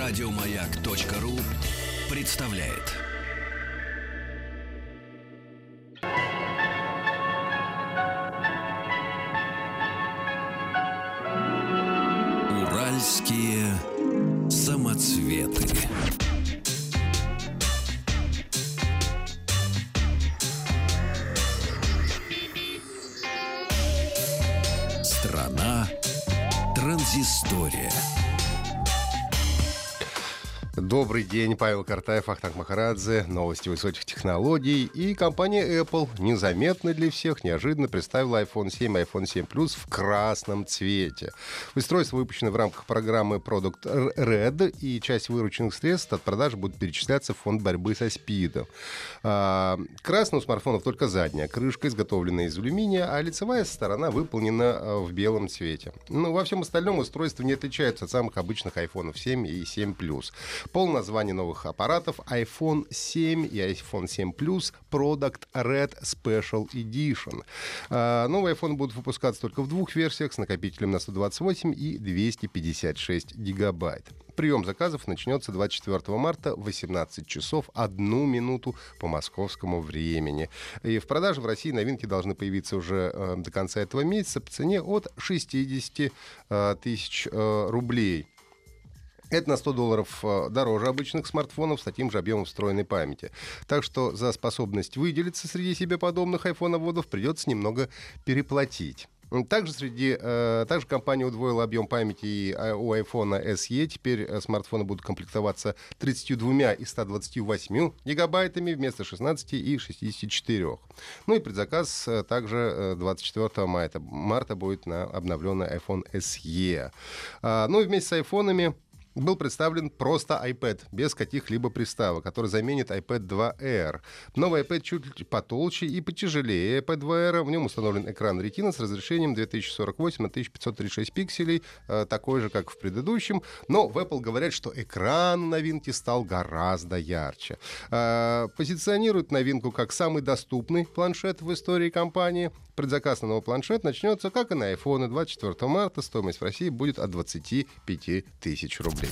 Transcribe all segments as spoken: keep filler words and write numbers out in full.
Радиомаяк.ру представляет. Уральские самоцветы. Страна транзистория. Добрый день, Павел Картаев, Ахтанг Махарадзе, новости высоких технологий. И компания Apple незаметно для всех неожиданно представила айфон семь, айфон семь плюс в красном цвете. Устройство выпущено в рамках программы Product Red, и часть вырученных средств от продаж будет перечисляться в фонд борьбы со СПИДом. А, красный у смартфонов только задняя крышка, изготовленная из алюминия, а лицевая сторона выполнена в белом цвете. Ну, во всем остальном устройство не отличается от самых обычных айфонов семь и семь плюс. Полное название новых аппаратов: айфон семь и айфон семь плюс Product Red Special Edition. А, новые iPhone будут выпускаться только в двух версиях с накопителем на сто двадцать восемь и двести пятьдесят шесть гигабайт. Прием заказов начнется двадцать четвёртого марта в восемнадцать часов одну минуту по московскому времени. И в продаже в России новинки должны появиться уже э, до конца этого месяца по цене от шестьдесят э, тысяч э, рублей. Это на сто долларов дороже обычных смартфонов с таким же объемом встроенной памяти. Так что за способность выделиться среди себе подобных айфоноводов придется немного переплатить. Также, среди, э, также компания удвоила объем памяти и у iPhone эс и. Теперь смартфоны будут комплектоваться тридцатью двумя и ста двадцатью восьмью гигабайтами вместо шестнадцати и шестидесяти четырёх. Ну и предзаказ также двадцать четвёртого марта будет на обновленный iPhone эс и. А, ну и вместе с айфонами был представлен просто iPad, без каких-либо приставок, который заменит айпэд два эр. Новый iPad чуть потолще и потяжелее айпэд два эр. В нем установлен экран Retina с разрешением две тысячи сорок восемь на тысяча пятьсот тридцать шесть пикселей, такой же, как в предыдущем. Но в Apple говорят, что экран новинки стал гораздо ярче. Позиционируют новинку как самый доступный планшет в истории компании. Предзаказ на новый планшет начнется, как и на iPhone, двадцать четвёртого марта. Стоимость в России будет от двадцати пяти тысяч рублей.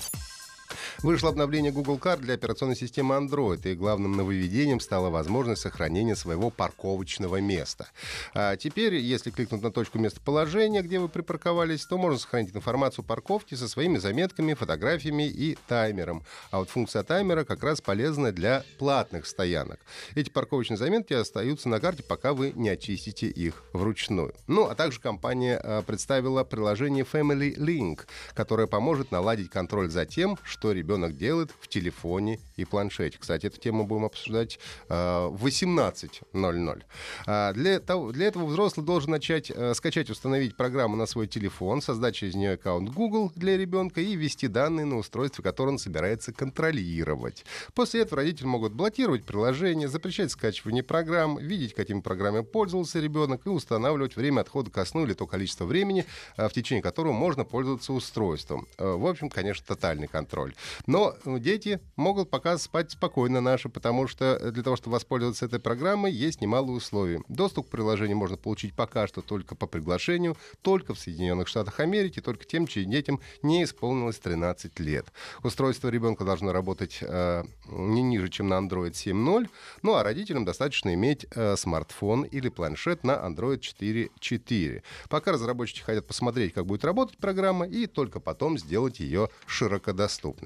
Вышло обновление Google Car для операционной системы Android, и главным нововведением стала возможность сохранения своего парковочного места. А теперь, если кликнуть на точку местоположения, где вы припарковались, то можно сохранить информацию о парковке со своими заметками, фотографиями и таймером. А вот функция таймера как раз полезна для платных стоянок. Эти парковочные заметки остаются на карте, пока вы не очистите их вручную. Ну, а также компания а, представила приложение Family Link, которое поможет наладить контроль за тем, что ребенок делает в телефоне и планшете. Кстати, эту тему будем обсуждать э, в восемнадцать ноль ноль. А для, того, для этого взрослый должен начать э, скачать, установить программу на свой телефон, создать через нее аккаунт Google для ребенка и ввести данные на устройство, которое он собирается контролировать. После этого родители могут блокировать приложение, запрещать скачивание программ, видеть, какими программами пользовался ребенок, и устанавливать время отхода ко сну или то количество времени, э, в течение которого можно пользоваться устройством. Э, в общем, конечно, тотальный контроль. Но дети могут пока спать спокойно наши, потому что для того, чтобы воспользоваться этой программой, есть немало условий. Доступ к приложению можно получить пока что только по приглашению, только в Соединенных Штатах Америки, только тем, чьим детям не исполнилось тринадцать лет. Устройство ребенка должно работать э, не ниже, чем на Android семь ноль, ну а родителям достаточно иметь э, смартфон или планшет на Android четыре четыре. Пока разработчики хотят посмотреть, как будет работать программа, и только потом сделать ее широкодоступной.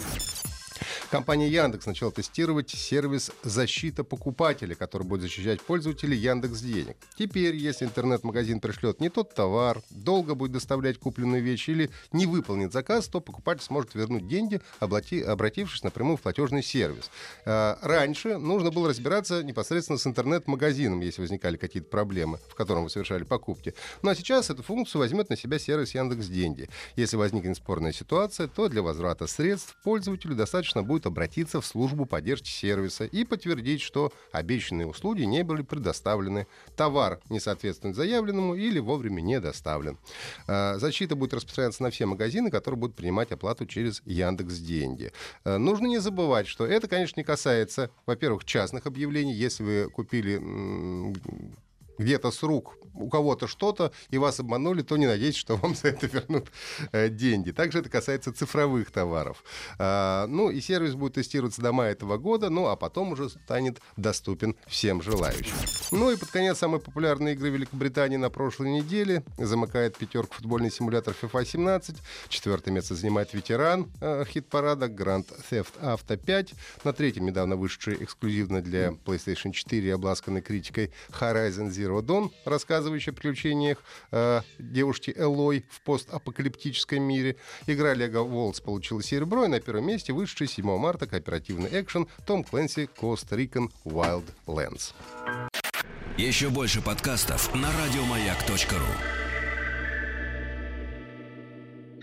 Компания Яндекс начала тестировать сервис «Защита покупателя», который будет защищать пользователей Яндекс.Денег. Теперь, если интернет-магазин пришлет не тот товар, долго будет доставлять купленную вещь или не выполнит заказ, то покупатель сможет вернуть деньги, оплати, обратившись напрямую в платежный сервис. А, раньше нужно было разбираться непосредственно с интернет-магазином, если возникали какие-то проблемы, в котором вы совершали покупки. Ну а сейчас эту функцию возьмет на себя сервис Яндекс.Деньги. Если возникнет спорная ситуация, то для возврата средств пользователю достаточно будет обратиться в службу поддержки сервиса и подтвердить, что обещанные услуги не были предоставлены, товар не соответствует заявленному или вовремя не доставлен. Защита будет распространяться на все магазины, которые будут принимать оплату через Яндекс.Деньги. Нужно не забывать, что это, конечно, не касается, во-первых, частных объявлений. Если вы купили где-то с рук у кого-то что-то, и вас обманули, то не надейтесь, что вам за это вернут э, деньги. Также это касается цифровых товаров. А, ну, и сервис будет тестироваться до мая этого года, ну, а потом уже станет доступен всем желающим. Ну, и под конец самые популярные игры Великобритании на прошлой неделе. Замыкает пятерку футбольный симулятор FIFA семнадцать. Четвертое место занимает ветеран э, хит-парада Grand Theft Auto пять. На третьем недавно вышедший эксклюзивно для PlayStation четыре и обласканный критикой Horizon Zero Dawn, рассказывающий о приключениях э, девушки Элой в постапокалиптическом мире. Игра Lego Worlds получила серебро, и на первом месте вышедший седьмого марта кооперативный экшен Tom Clancy Costa Rican Wildlands. Еще больше подкастов на радиомаяк точка ру.